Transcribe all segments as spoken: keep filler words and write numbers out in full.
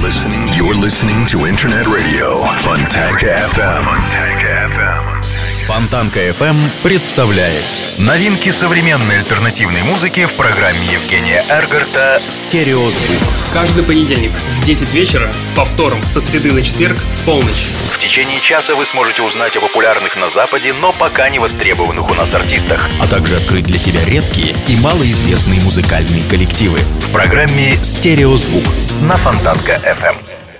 listening, you're listening to Internet Radio Fontanka эф эм. Fontanka эф эм. Фонтанка эф эм представляет новинки современной альтернативной музыки в программе Евгения Эргарта «Стереозвук». Каждый понедельник в десять вечера с повтором со среды на четверг в полночь. В течение часа вы сможете узнать о популярных на Западе, но пока не востребованных у нас артистах, а также открыть для себя редкие и малоизвестные музыкальные коллективы в программе «Стереозвук» на Фонтанка эф эм.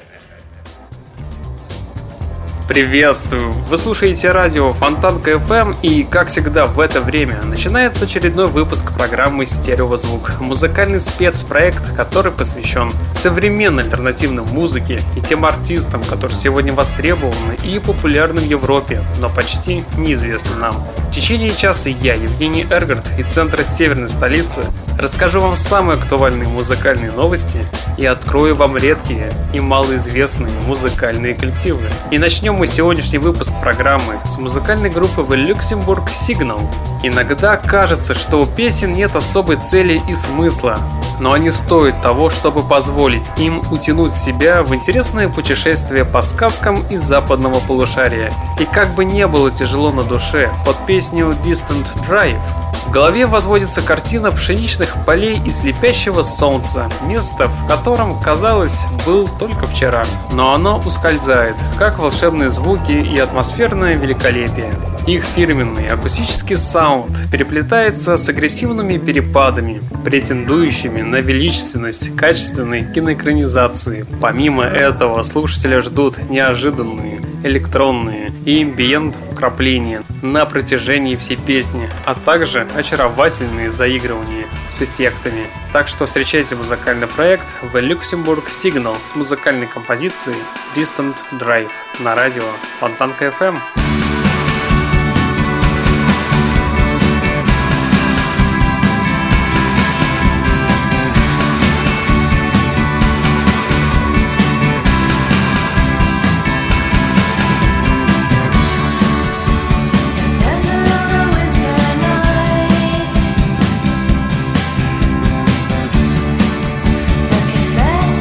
Приветствую! Вы слушаете радио Фонтанка эф эм, и, как всегда, в это время начинается очередной выпуск программы «Стереозвук». Музыкальный спецпроект, который посвящен современной альтернативной музыке и тем артистам, которые сегодня востребованы и популярны в Европе, но почти неизвестны нам. В течение часа я, Евгений Эргарт, из центра северной столицы, расскажу вам самые актуальные музыкальные новости и открою вам редкие и малоизвестные музыкальные коллективы. И начнем мы сегодняшний выпуск программы с музыкальной группы The Luxembourg Signal. Иногда кажется, что у песен нет особой цели и смысла, но они стоят того, чтобы позволить им утянуть себя в интересное путешествие по сказкам из западного полушария. И как бы не было тяжело на душе под песню Distant Drive, в голове возводится картина пшеничных полей и слепящего солнца, место, в котором, казалось, был только вчера. Но оно ускользает, как волшебные звуки и атмосферное великолепие. Их фирменный акустический саунд переплетается с агрессивными перепадами, претендующими на величественность качественной киноэкранизации. Помимо этого, слушателя ждут неожиданные электронные и эмбиент вкрапления на протяжении всей песни, а также очаровательные заигрывания с эффектами. Так что встречайте музыкальный проект The Luxembourg Signal с музыкальной композицией Distant Drive на радио Фонтанка эф эм.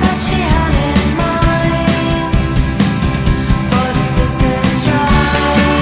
Distant drive.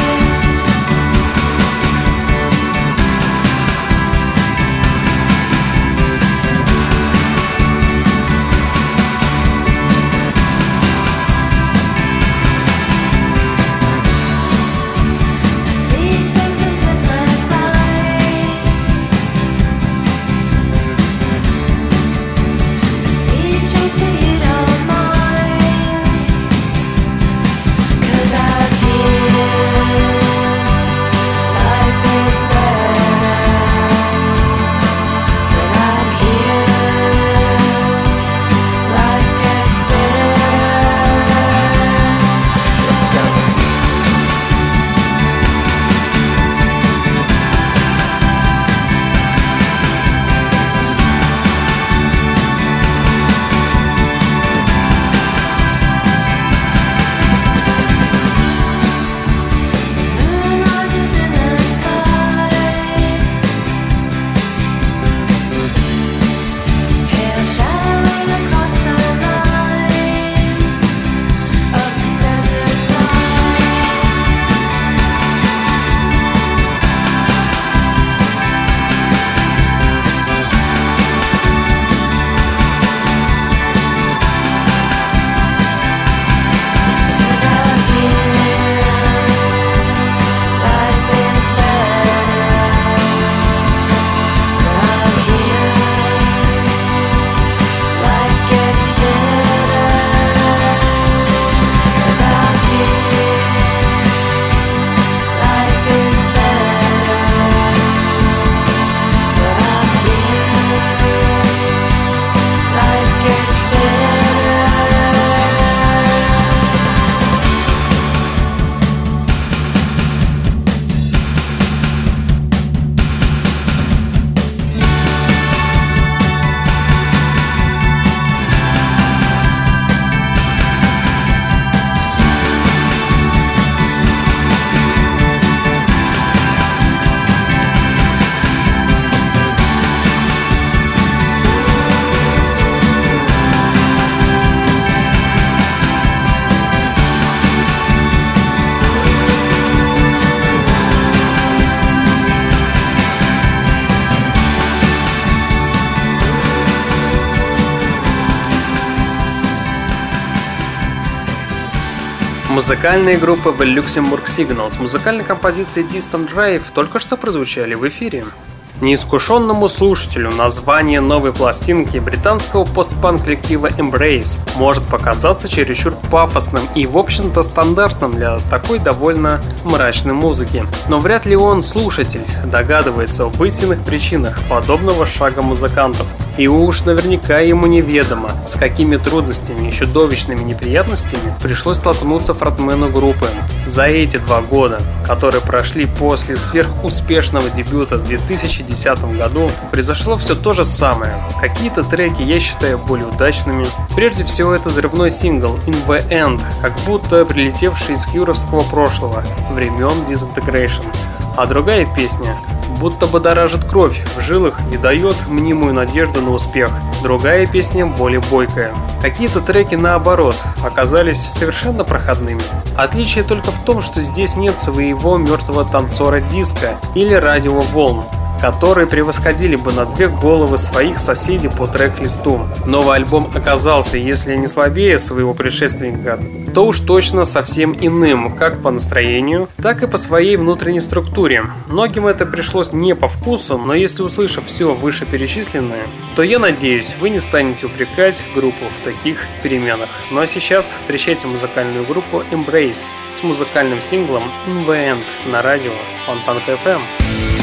Музыкальные группы The Luxembourg Signal с музыкальной композицией Distant Drive только что прозвучали в эфире. Неискушенному слушателю название новой пластинки британского постпанк коллектива Embrace может показаться чересчур пафосным и, в общем-то, стандартным для такой довольно мрачной музыки. Но вряд ли он, слушатель, догадывается об истинных причинах подобного шага музыкантов. И уж наверняка ему неведомо, с какими трудностями и чудовищными неприятностями пришлось столкнуться фронтмену группы за эти два года, которые прошли после сверхуспешного дебюта в две тысячи десятом году. Произошло все то же самое. Какие-то треки я считаю более удачными. Прежде всего, это взрывной сингл In The End, как будто прилетевший из кьюровского прошлого, времен Disintegration. А другая песня будто будоражит кровь в жилах и дает мнимую надежду на успех. Другая песня более бойкая. Какие-то треки, наоборот, оказались совершенно проходными. Отличие только в том, что здесь нет своего мертвого танцора диска или радиоволн, которые превосходили бы на две головы своих соседей по трек-листу. Новый альбом оказался, если не слабее своего предшественника, то уж точно совсем иным, как по настроению, так и по своей внутренней структуре. Многим это пришлось не по вкусу, но если услышав все вышеперечисленное, то я надеюсь, вы не станете упрекать группу в таких переменах. Ну а сейчас встречайте музыкальную группу Embrace с музыкальным синглом In The End на радио Фонтанка эф эм.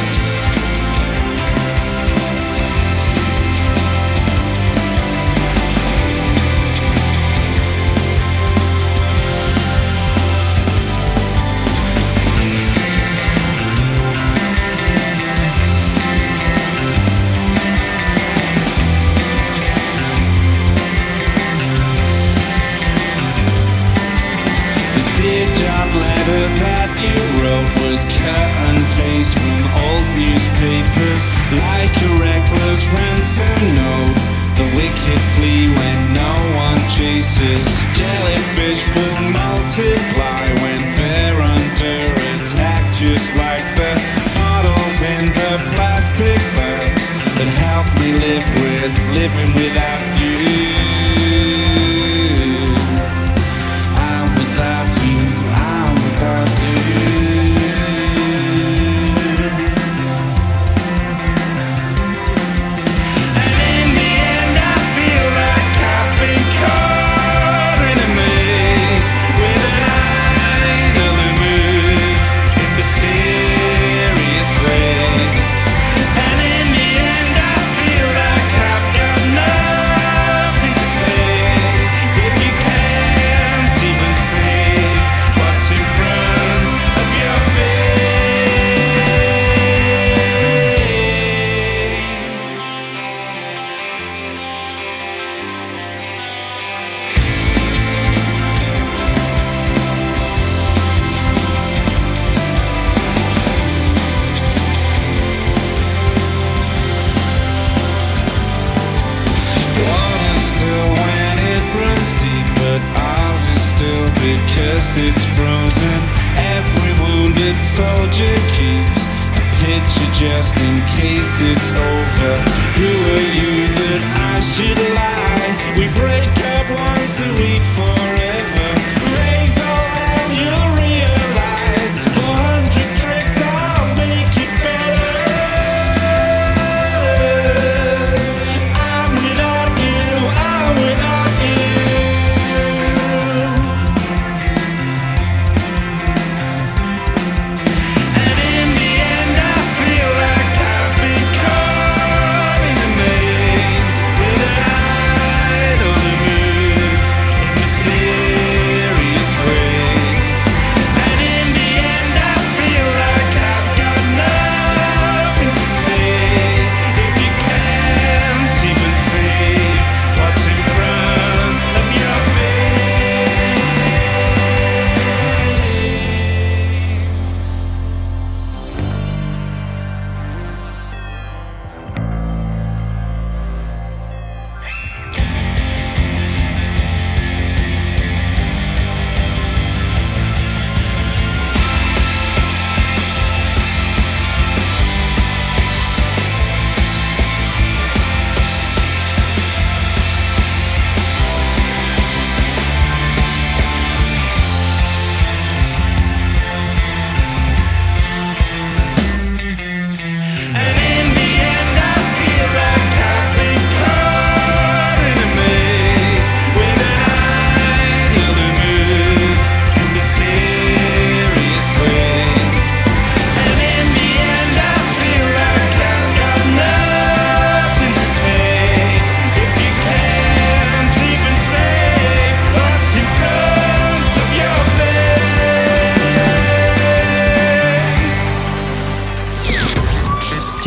Like a reckless ransom note, the wicked flee when no one chases. Jellyfish will multiply when they're under attack, just like the bottles in the plastic bags that help me live with living without you. I'm without you, I'm without you. It's frozen. Every wounded soldier keeps a picture just in case it's over. Who are you that I should lie? We break up once a week forever. Raise all hell, you'll realize. Four hundred tricks, I'll make it better. I'm without you, I'm without you. Stay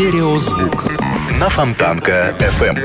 Стереозвук на Фонтанка эф эм.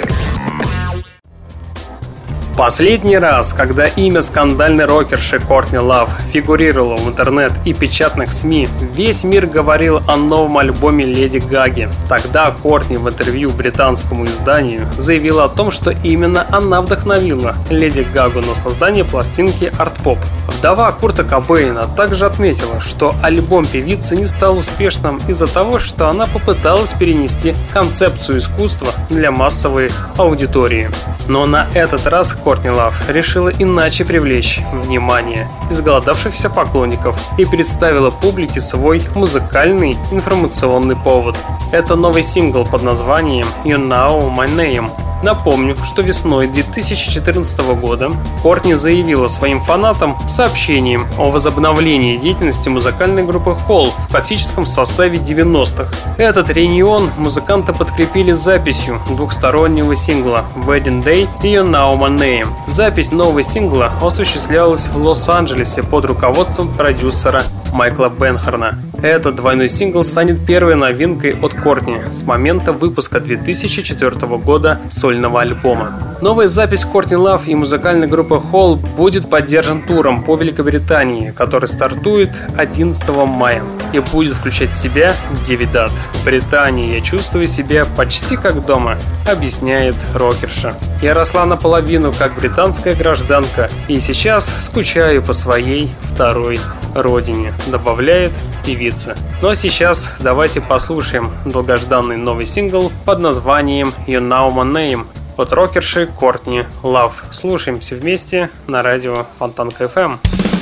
Последний раз, когда имя скандальной рокерши Кортни Лав фигурировало в интернет и печатных СМИ, весь мир говорил о новом альбоме Леди Гаги. Тогда Кортни в интервью британскому изданию заявила о том, что именно она вдохновила Леди Гагу на создание пластинки арт-поп. Вдова Курта Кобейна также отметила, что альбом певицы не стал успешным из-за того, что она попыталась перенести концепцию искусства для массовой аудитории. Но на этот раз Кортни Лав решила иначе привлечь внимание изголодавшихся поклонников и представила публике свой музыкальный информационный повод. Это новый сингл под названием «You Know My Name». Напомню, что весной две тысячи четырнадцатого года Кортни заявила своим фанатам сообщением о возобновлении деятельности музыкальной группы Hole в классическом составе девяностых. Этот реюнион музыканты подкрепили записью двухстороннего сингла «Wedding Day» и «You Know My Name». Запись нового сингла осуществлялась в Лос-Анджелесе под руководством продюсера Майкла Бенхорна. Этот двойной сингл станет первой новинкой от Кортни с момента выпуска две тысячи четвёртого года сольного альбома. Новая запись Кортни Лав и музыкальной группы Hole будет поддержан туром по Великобритании, который стартует одиннадцатого мая и будет включать в себя девять дат. В Британии я чувствую себя почти как дома, объясняет рокерша. Я росла наполовину как британская гражданка и сейчас скучаю по своей второй родине, добавляет певица. Ну а сейчас давайте послушаем долгожданный новый сингл под названием «You Know My Name» от рокерши Кортни Лав. Слушаемся вместе на радио Фонтанка эф эм.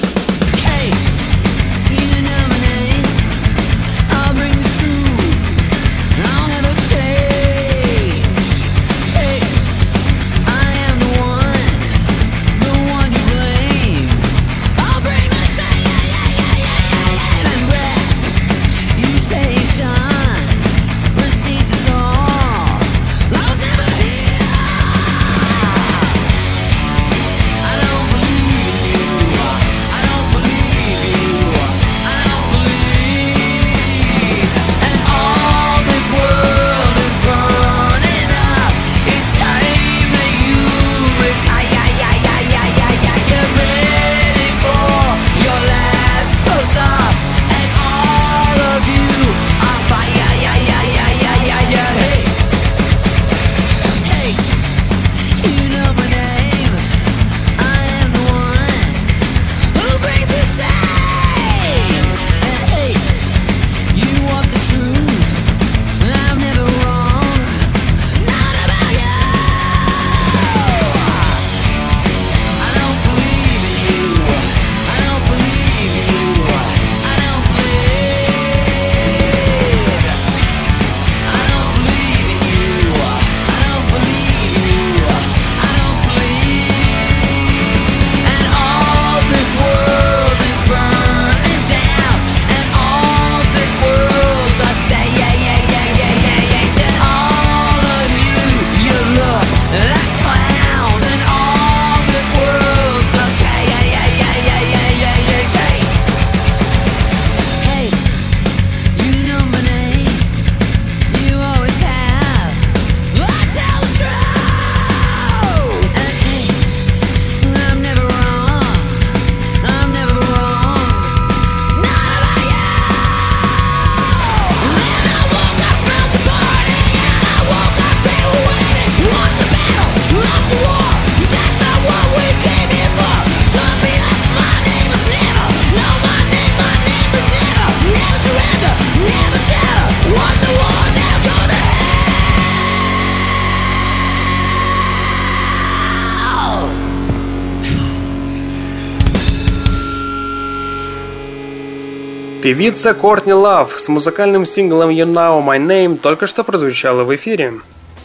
Певица Кортни Лав с музыкальным синглом «You Know My Name» только что прозвучала в эфире.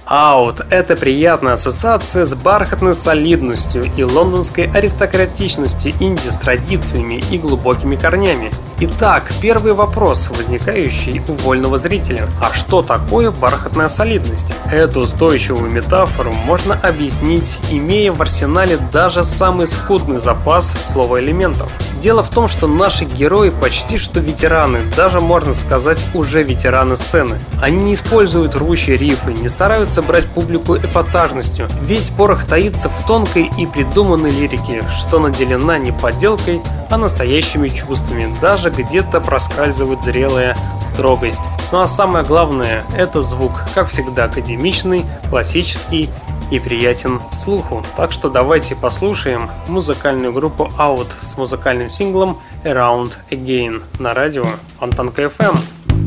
Out – это приятная ассоциация с бархатной солидностью и лондонской аристократичностью инди с традициями и глубокими корнями. Итак, первый вопрос, возникающий у вольного зрителя. А что такое бархатная солидность? Эту устойчивую метафору можно объяснить, имея в арсенале даже самый скудный запас словоэлементов. Дело в том, что наши герои почти что ветераны, даже можно сказать уже ветераны сцены. Они не используют рвущие рифы, не стараются брать публику эпатажностью. Весь порох таится в тонкой и придуманной лирике, что наделена не подделкой, а настоящими чувствами. Даже где-то проскальзывает зрелая строгость. Ну а самое главное, это звук, как всегда, академичный, классический и приятен слуху. Так что давайте послушаем музыкальную группу Out с музыкальным синглом Around Again на радио Фонтанка эф эм.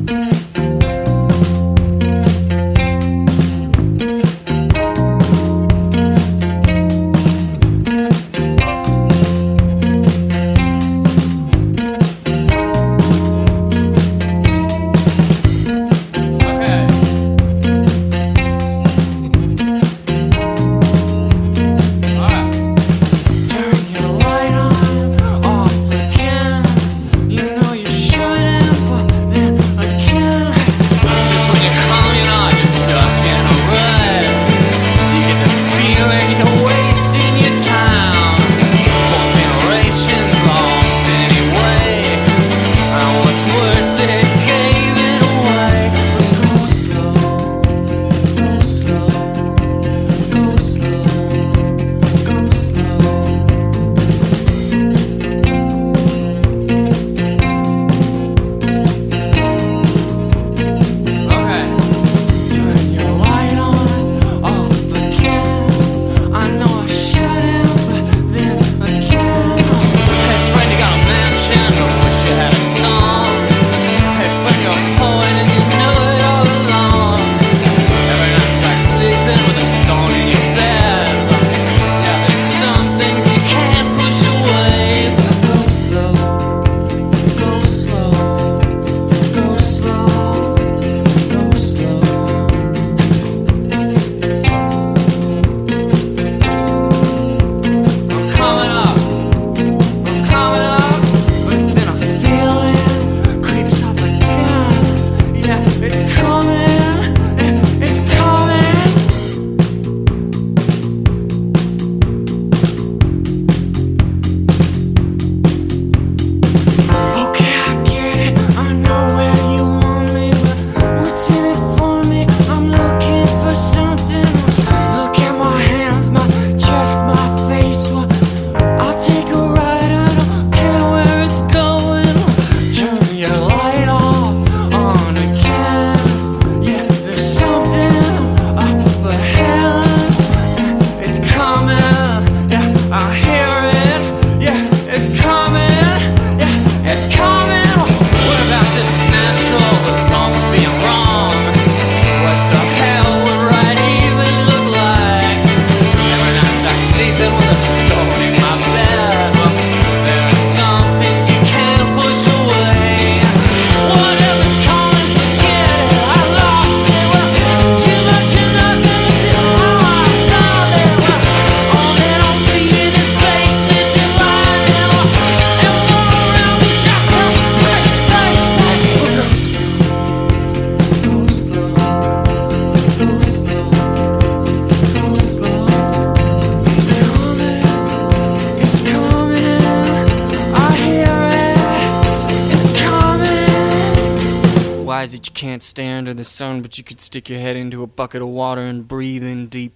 That you can't stay under the sun, but you could stick your head into a bucket of water and breathe in deep.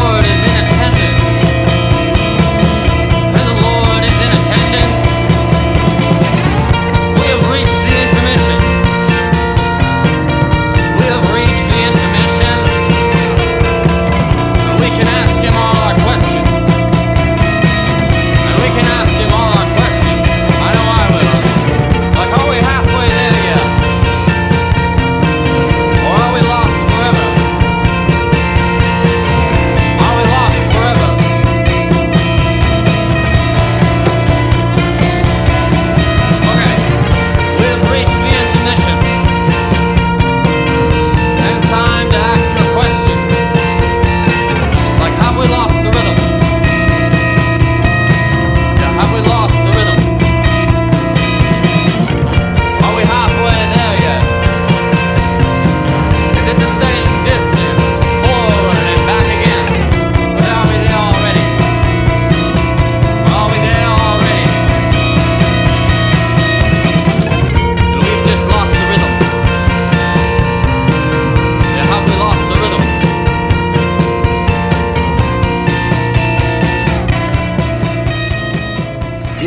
Attendance.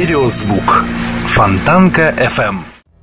Стереозвук. Фонтанка эф эм.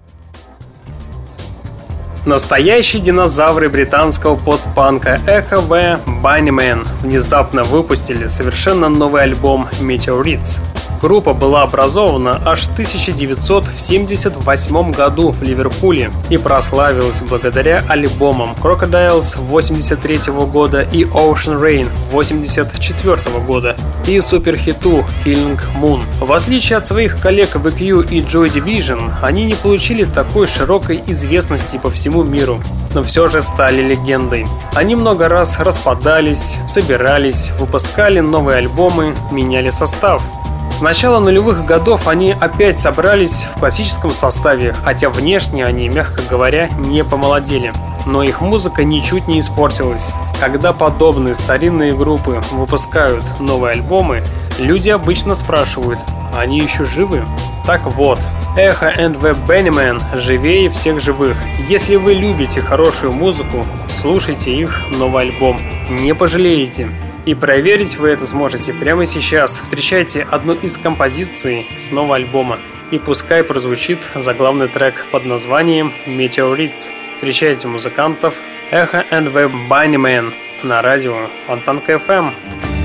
Настоящие динозавры британского постпанка Echo the Bunnymen внезапно выпустили совершенно новый альбом Meteorites. Группа была образована аж в тысяча девятьсот семьдесят восьмом году в Ливерпуле и прославилась благодаря альбомам Crocodiles восемьдесят третьего года и Ocean Rain восемьдесят четвёртого года и суперхиту Killing Moon. В отличие от своих коллег ви кью и Joy Division, они не получили такой широкой известности по всему миру, но все же стали легендой. Они много раз распадались, собирались, выпускали новые альбомы, меняли состав. С начала нулевых годов они опять собрались в классическом составе, хотя внешне они, мягко говоря, не помолодели. Но их музыка ничуть не испортилась. Когда подобные старинные группы выпускают новые альбомы, люди обычно спрашивают, они еще живы? Так вот, Echo and the Bunnymen живее всех живых. Если вы любите хорошую музыку, слушайте их новый альбом. Не пожалеете. И проверить вы это сможете прямо сейчас. Встречайте одну из композиций с нового альбома. И пускай прозвучит заглавный трек под названием Meteorites. Встречайте музыкантов Echo and the Bunnymen на радио Фонтанка эф эм.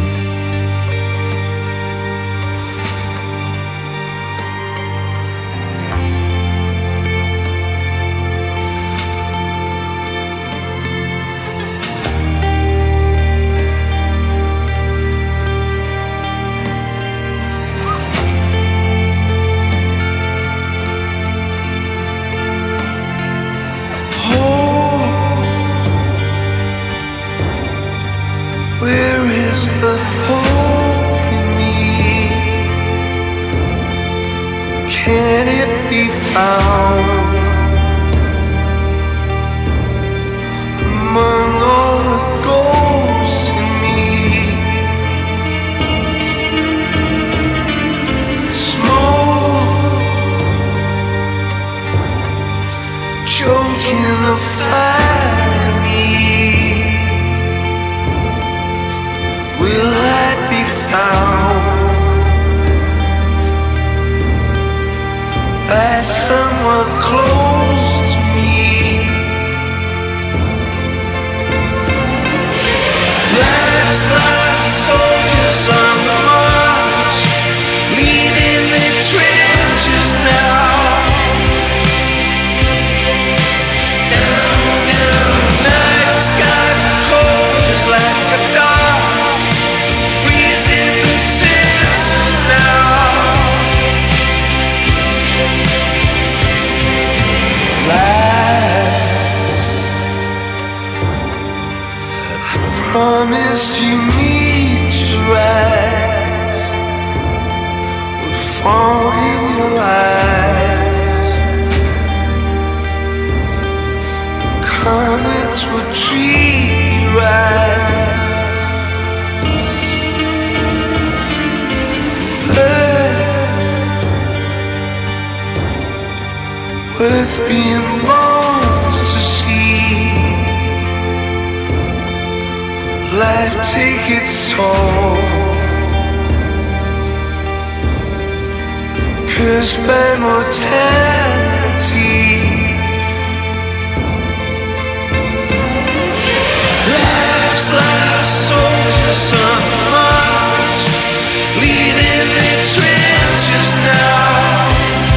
Promised you meet your eyes would fall in your eyes. The comets would treat you right. Earth, worth being born to see. Life take its toll, cursed by mortality. Life's like soldiers on the march, leading their trenches now.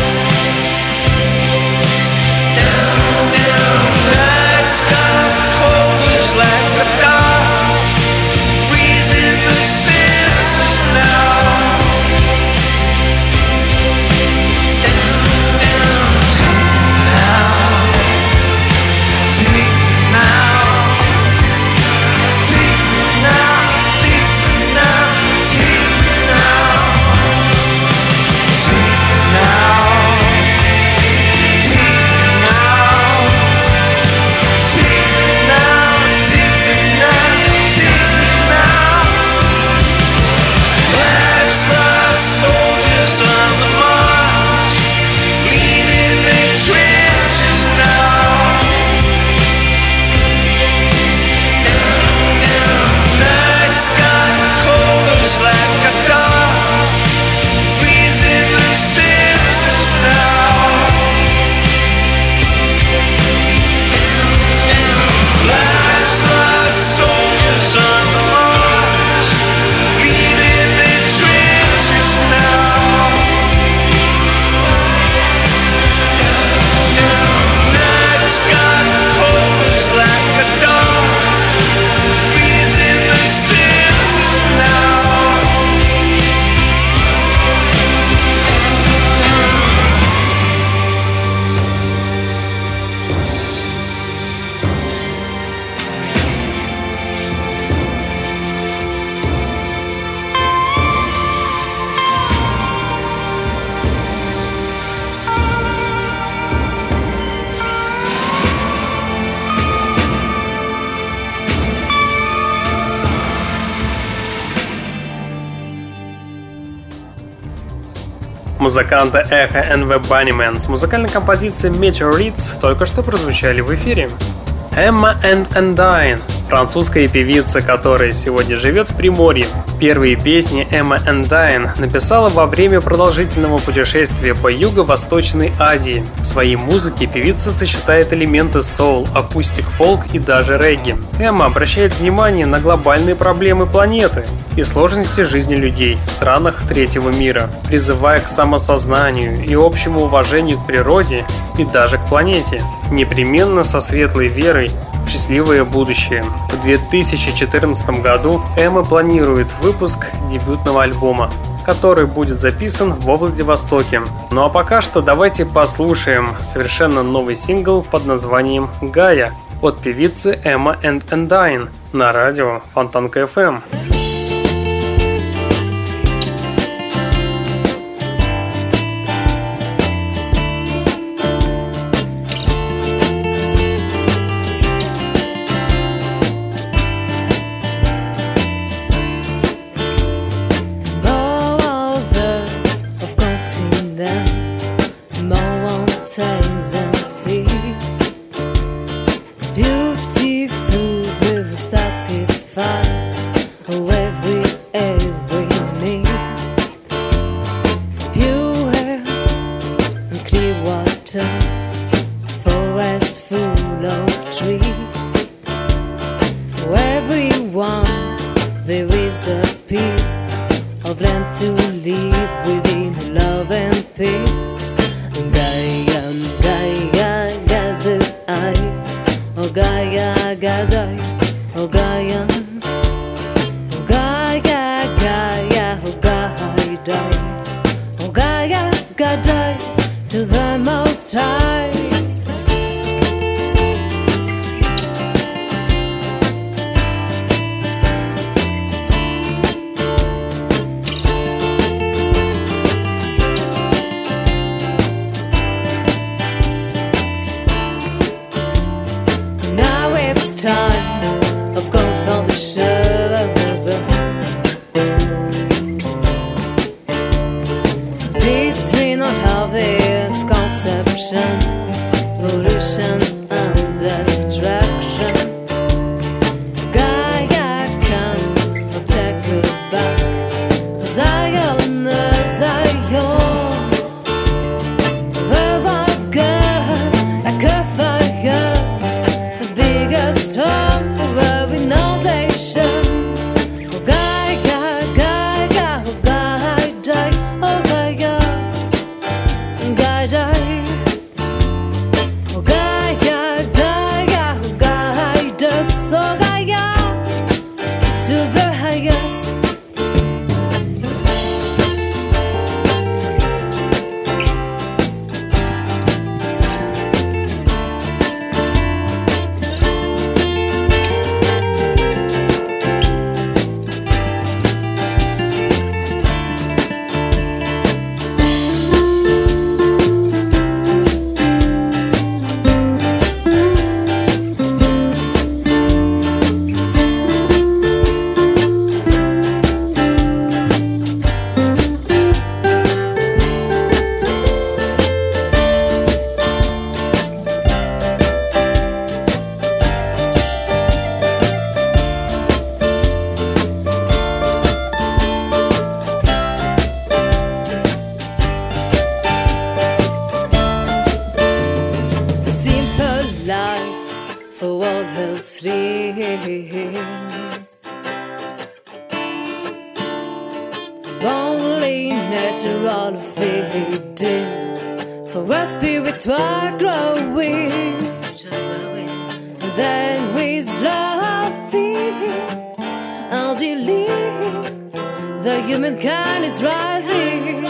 Down, down, nights got cold as like a dog. Take музыканта Echo and the Bunnymen с музыкальной композицией Meteorites только что прозвучали в эфире. Emma and Undyne, французская певица, которая сегодня живет в Приморье. Первые песни Emma Undyne написала во время продолжительного путешествия по Юго-Восточной Азии. В своей музыке певица сочетает элементы соул, акустик, фолк и даже регги. Эмма обращает внимание на глобальные проблемы планеты и сложности жизни людей в странах третьего мира, призывая к самосознанию и общему уважению к природе и даже к планете, непременно со светлой верой в счастливое будущее. В две тысячи четырнадцатом году Эмма планирует выпуск дебютного альбома, который будет записан во Владивостоке. Ну а пока что давайте послушаем совершенно новый сингл под названием «Гая» от певицы Emma and Undyne на радио Фонтанка эф эм. Humankind is rising.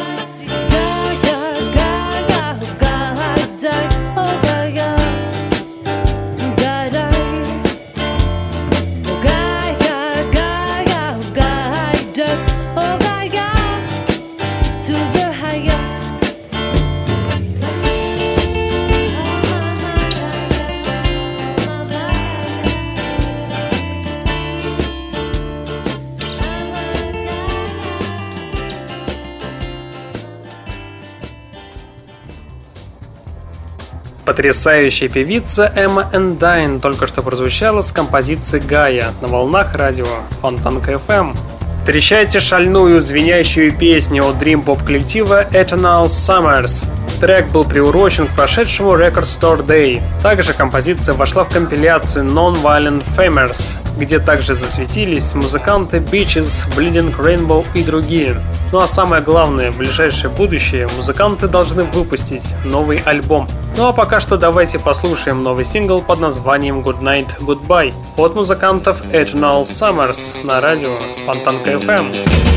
Потрясающая певица Эмма Эндайн только что прозвучала с композицией «Гая» на волнах радио Фонтанка эф эм. Встречайте шальную, звенящую песню от дрим-поп коллектива Eternal Summers. Трек был приурочен к прошедшему Record Store Day. Также композиция вошла в компиляцию Non-Violent Famers, где также засветились музыканты Beaches, Bleeding Rainbow и другие. Ну а самое главное, в ближайшее будущее музыканты должны выпустить новый альбом. Ну а пока что давайте послушаем новый сингл под названием Good Night, Goodbye от музыкантов Eternal Summers на радио Фонтанка эф эм.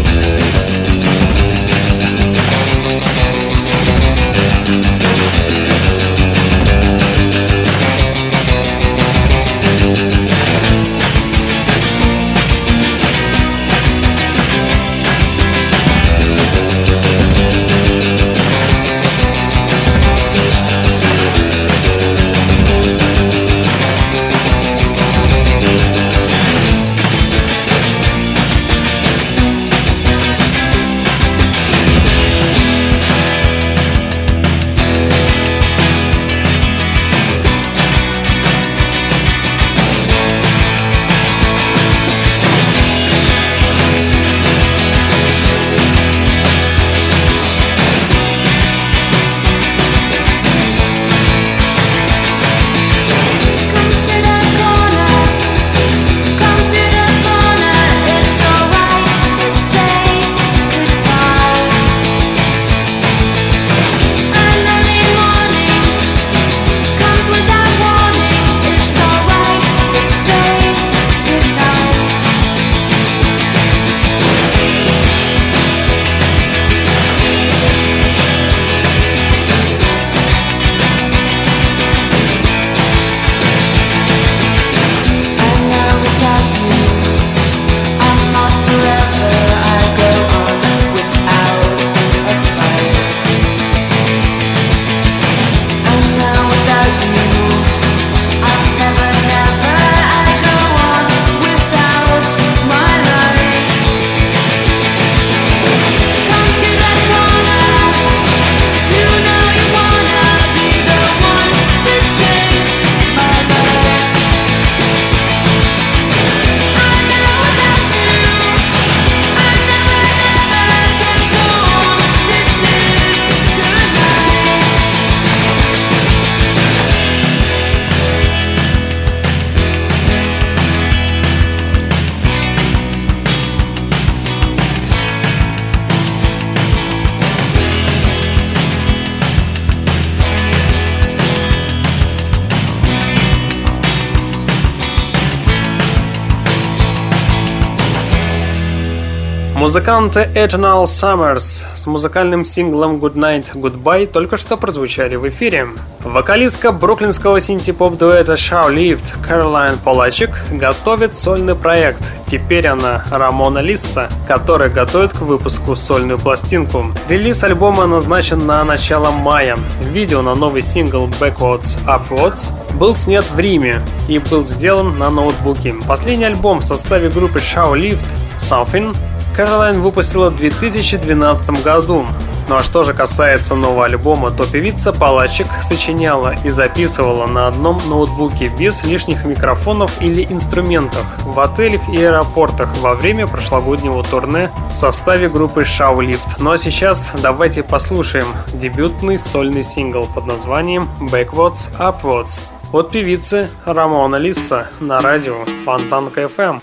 Музыканты Eternal Summers с музыкальным синглом Good Night, Goodbye только что прозвучали в эфире. Вокалистка бруклинского синти-поп-дуэта Shout-Lift Кэролайн Полачек готовит сольный проект. Теперь она Рамона Лисса, которая готовит к выпуску сольную пластинку. Релиз альбома назначен на начало мая. Видео на новый сингл Backwards Upwards был снят в Риме и был сделан на ноутбуке. Последний альбом в составе группы Shout-Lift Something Кэролайн выпустила в две тысячи двенадцатом году. Ну а что же касается нового альбома, то певица Полачек сочиняла и записывала на одном ноутбуке без лишних микрофонов или инструментов в отелях и аэропортах во время прошлогоднего турне в составе группы Shout-Lift. Ну а сейчас давайте послушаем дебютный сольный сингл под названием Backwards Upwards от певицы Рамона Лисса на радио Фонтанка эф эм.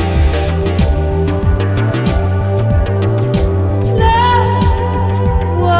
Love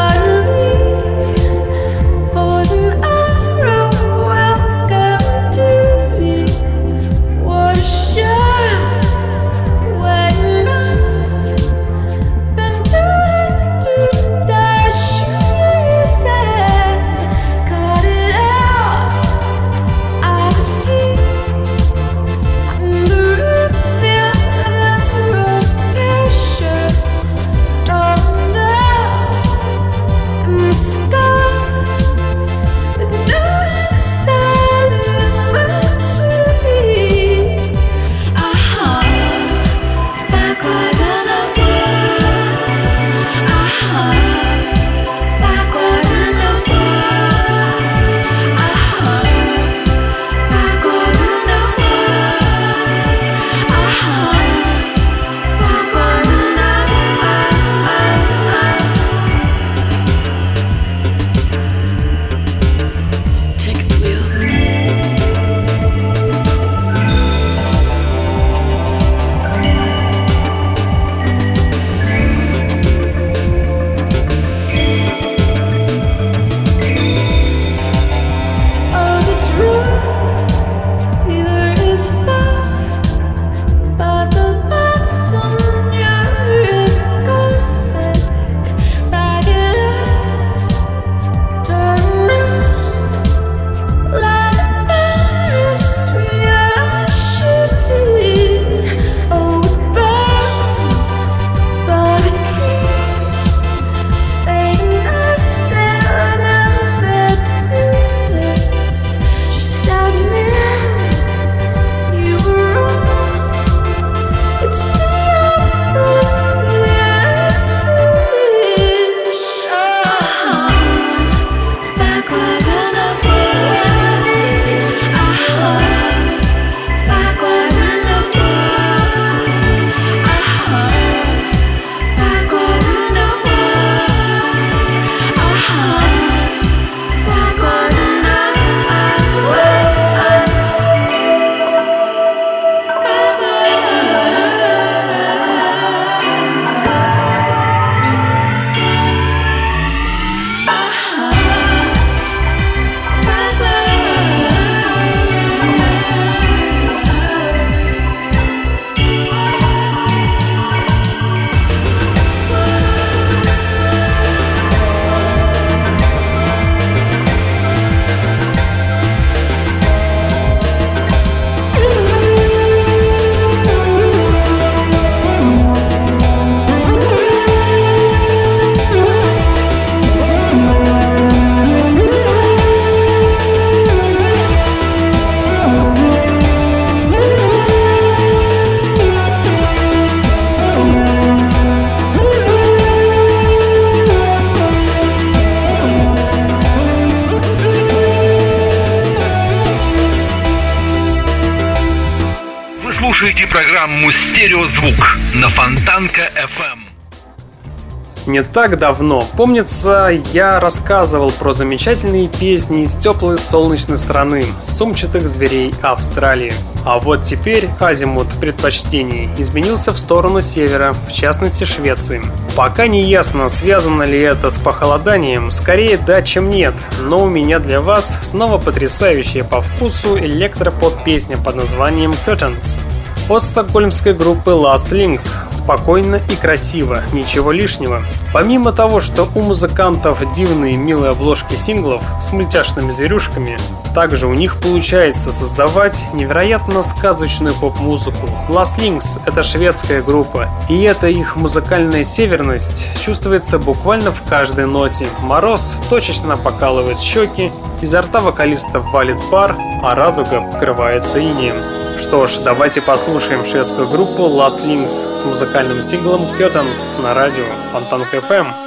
программу «Стереозвук» на Фонтанка эф эм. Не так давно, помнится, я рассказывал про замечательные песни из теплой солнечной страны, сумчатых зверей Австралии. А вот теперь азимут предпочтений изменился в сторону севера, в частности Швеции. Пока не ясно, связано ли это с похолоданием, скорее да, чем нет, но у меня для вас снова потрясающая по вкусу электропоп-песня под названием «Curtains» от стокгольмской группы Last Links. Спокойно и красиво, ничего лишнего. Помимо того, что у музыкантов дивные милые обложки синглов с мультяшными зверюшками, также у них получается создавать невероятно сказочную поп-музыку. Last Links — это шведская группа, и эта их музыкальная северность чувствуется буквально в каждой ноте. Мороз точечно покалывает щеки, изо рта вокалиста валит пар, а радуга покрывается инеем. Что ж, давайте послушаем шведскую группу Last Links с музыкальным синглом Curtains на радио Фонтанка эф эм.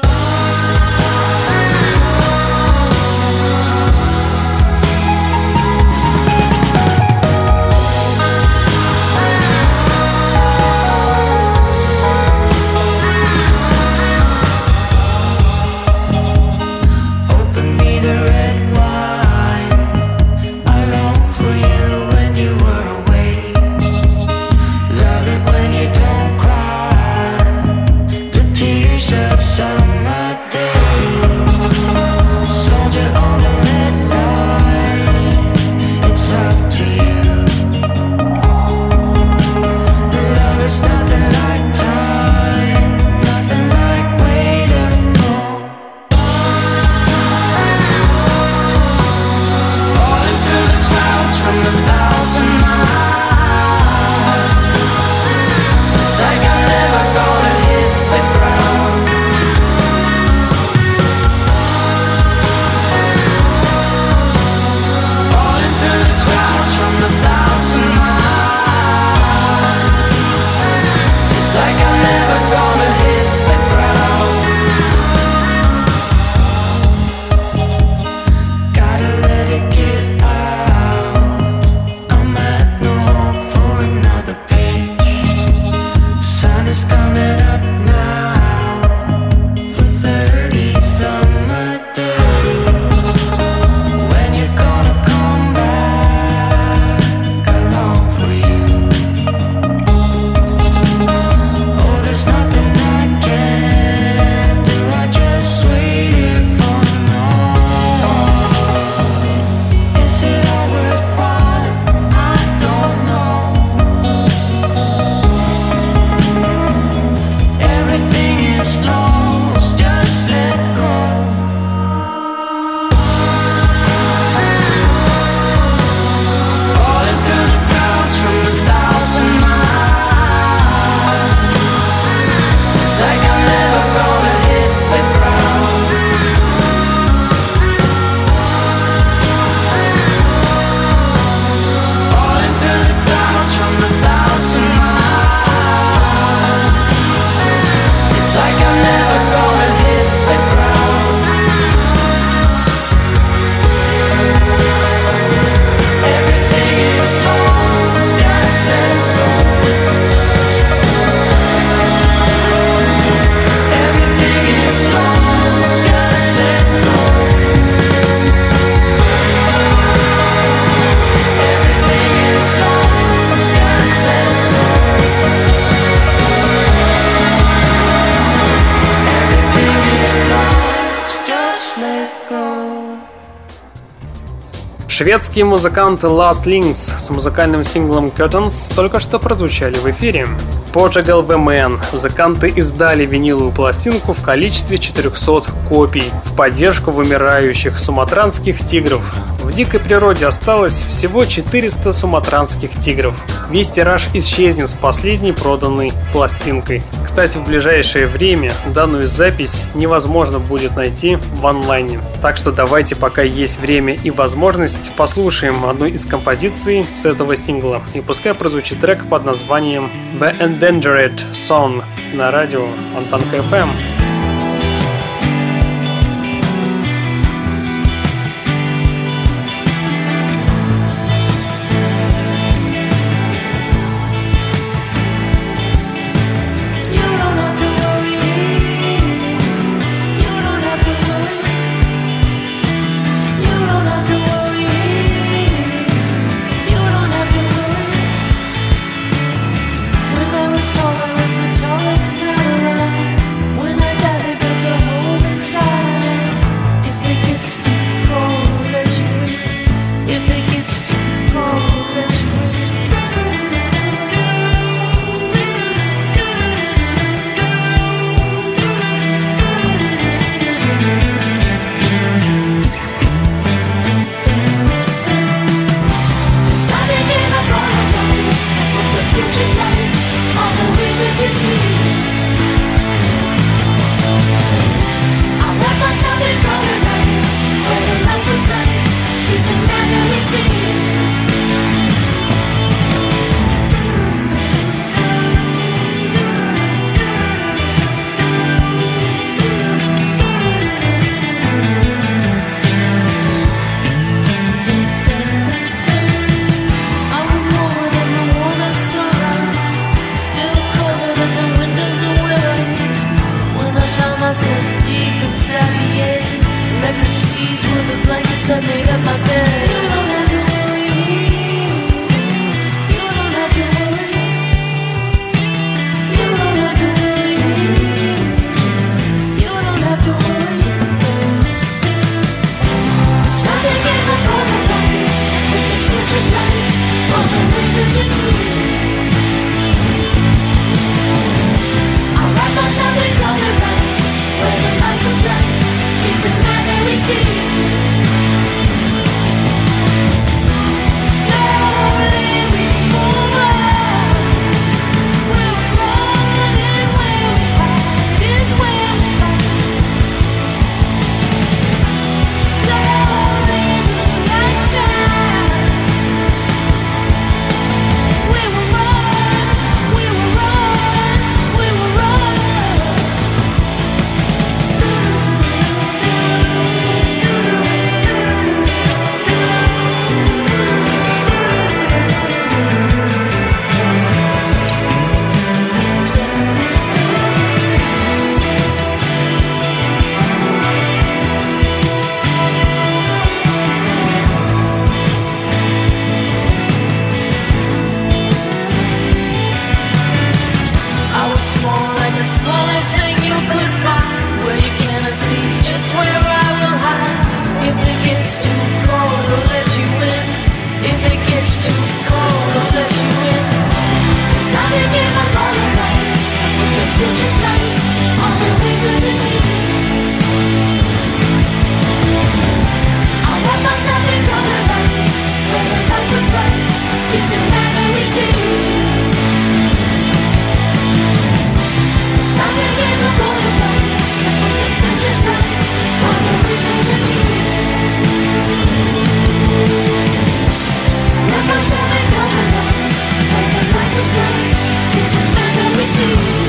Шведские музыканты Last Links с музыкальным синглом Curtains только что прозвучали в эфире. Portugal The Man. Музыканты издали виниловую пластинку в количестве четырехсот копий в поддержку вымирающих суматранских тигров. В дикой природе осталось всего четыреста суматранских тигров. Весь тираж исчезнет с последней проданной пластинкой. Кстати, в ближайшее время данную запись невозможно будет найти в онлайне. Так что давайте, пока есть время и возможность, послушаем одну из композиций с этого сингла. И пускай прозвучит трек под названием The Endangered Song на радио Фонтанка эф эм. smallest thing you could find where you cannot see is just where I will hide. If it gets too cold, I'll let you in. If it gets too cold, I'll let you in. It's time to give up all the light. That's what the future's like. All the reasons in me. I want myself in color lights. Where the light was right. Doesn't matter with me. It's time to give up all the light. That's what the future's like. All the reasons in me. I want myself in color lights. Where the light was right. Doesn't matter with me.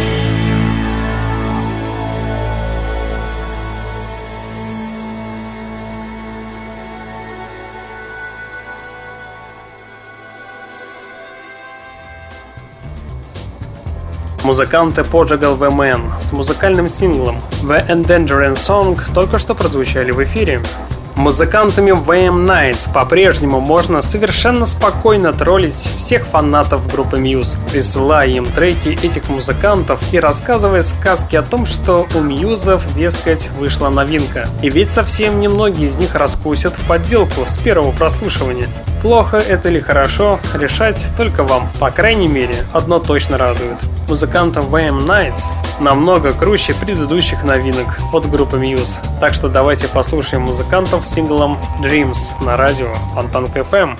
Музыканты Portugal The Man с музыкальным синглом The Endangering Song только что прозвучали в эфире. Музыкантами Vehement Nights по-прежнему можно совершенно спокойно троллить всех фанатов группы Muse, присылая им треки этих музыкантов и рассказывая сказки о том, что у Мьюзов, дескать, вышла новинка. И ведь совсем немногие из них раскусят подделку с первого прослушивания. Плохо это или хорошо, решать только вам. По крайней мере, одно точно радует. Музыкантам Vehement Nights намного круче предыдущих новинок от группы Muse. Так что давайте послушаем музыкантов с синглом Dreams на радио Фонтанка эф эм.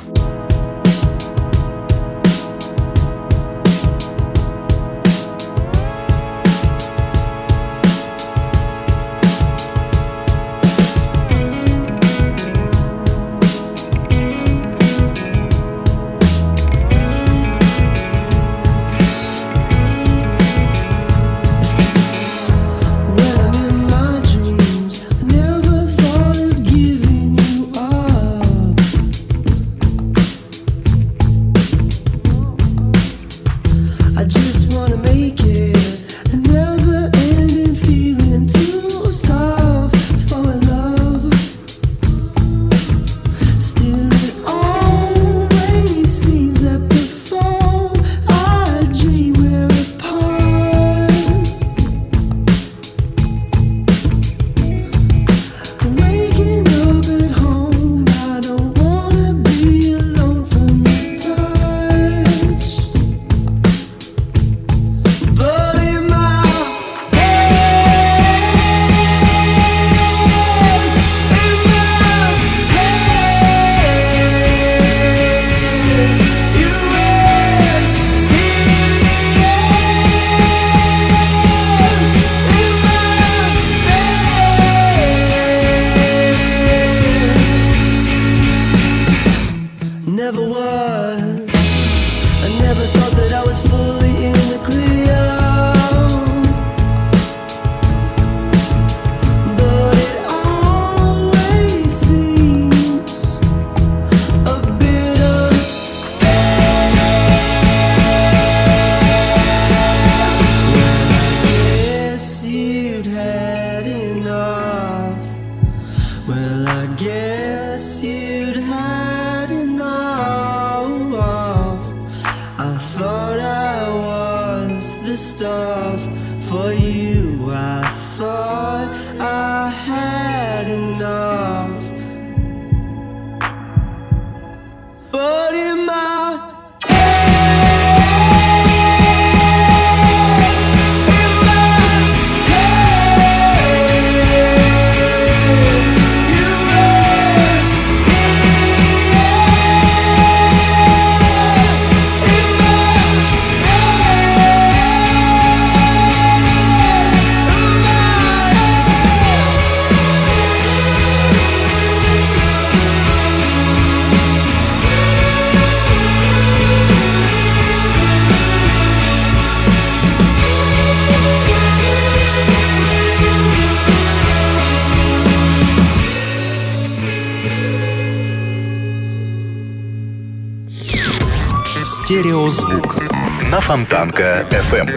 Стереозвук на Фонтанка эф эм.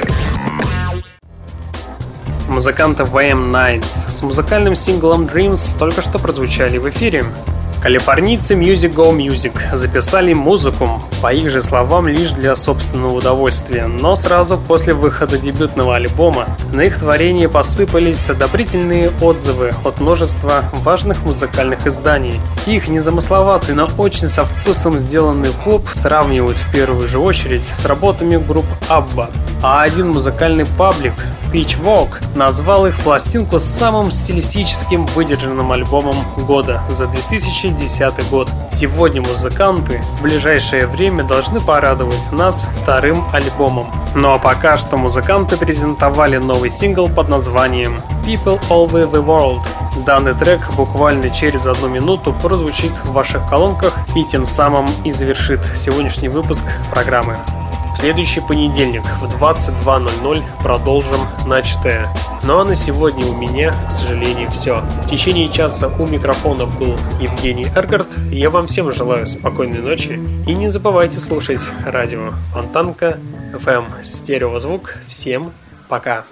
Музыканты Vehement Nights с музыкальным синглом Dreams только что прозвучали в эфире. Калифорнийцы Music Go Music записали музыку, по их же словам, лишь для собственного удовольствия, но сразу после выхода дебютного альбома на их творение посыпались одобрительные отзывы от множества важных музыкальных изданий. Их незамысловатый, но очень со вкусом сделанный поп сравнивают в первую же очередь с работами групп Абба, а один музыкальный паблик, Pitchfork, назвал их пластинку самым стилистическим выдержанным альбомом года за две тысячи десятый год. Сегодня музыканты в ближайшее время должны порадовать нас вторым альбомом. Ну а пока что музыканты презентовали новый сингл под названием People All Over The World. Данный трек буквально через одну минуту прозвучит в ваших колонках и тем самым и завершит сегодняшний выпуск программы. В следующий понедельник в двадцать два ноль ноль продолжим начатое. Ну а на сегодня у меня, к сожалению, все. В течение часа у микрофона был Евгений Эргард. Я вам всем желаю спокойной ночи. И не забывайте слушать радио Фонтанка эф эм Стереозвук. Всем пока.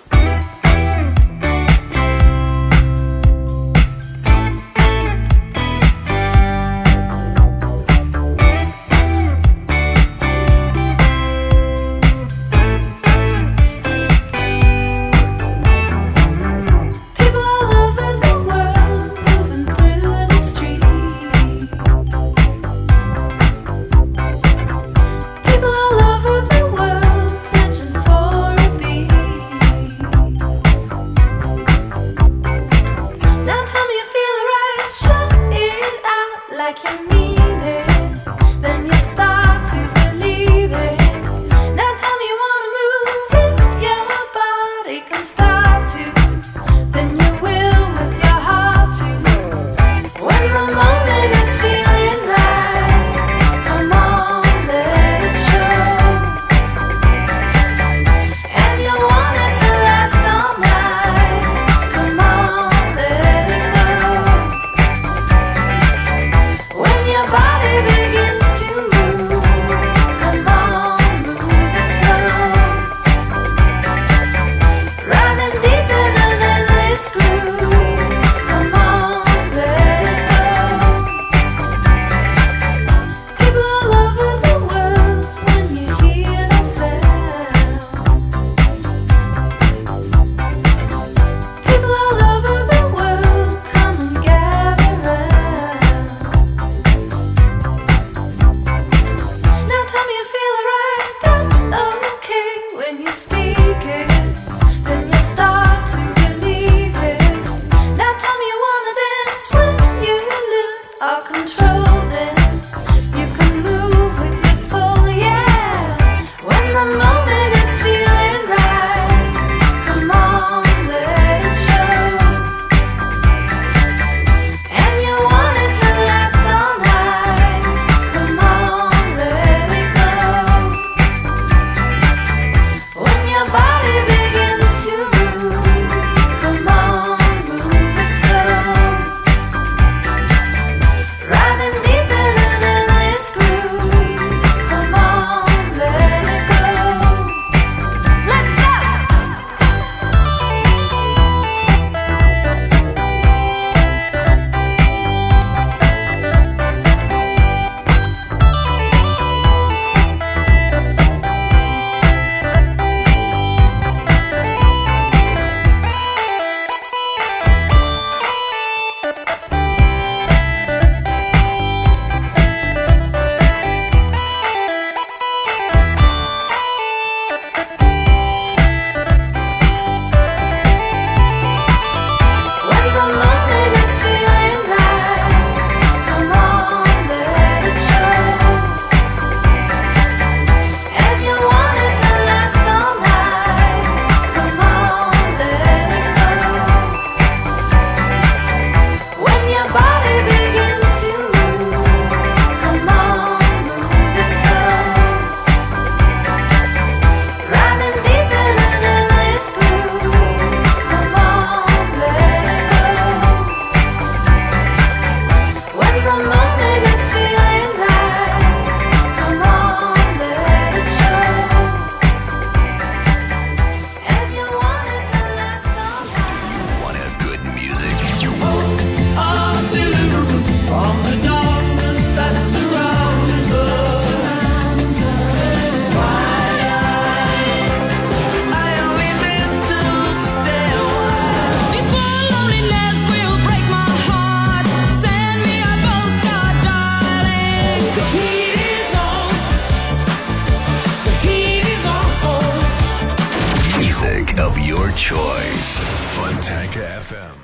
When your choice. Fontanka эф эм.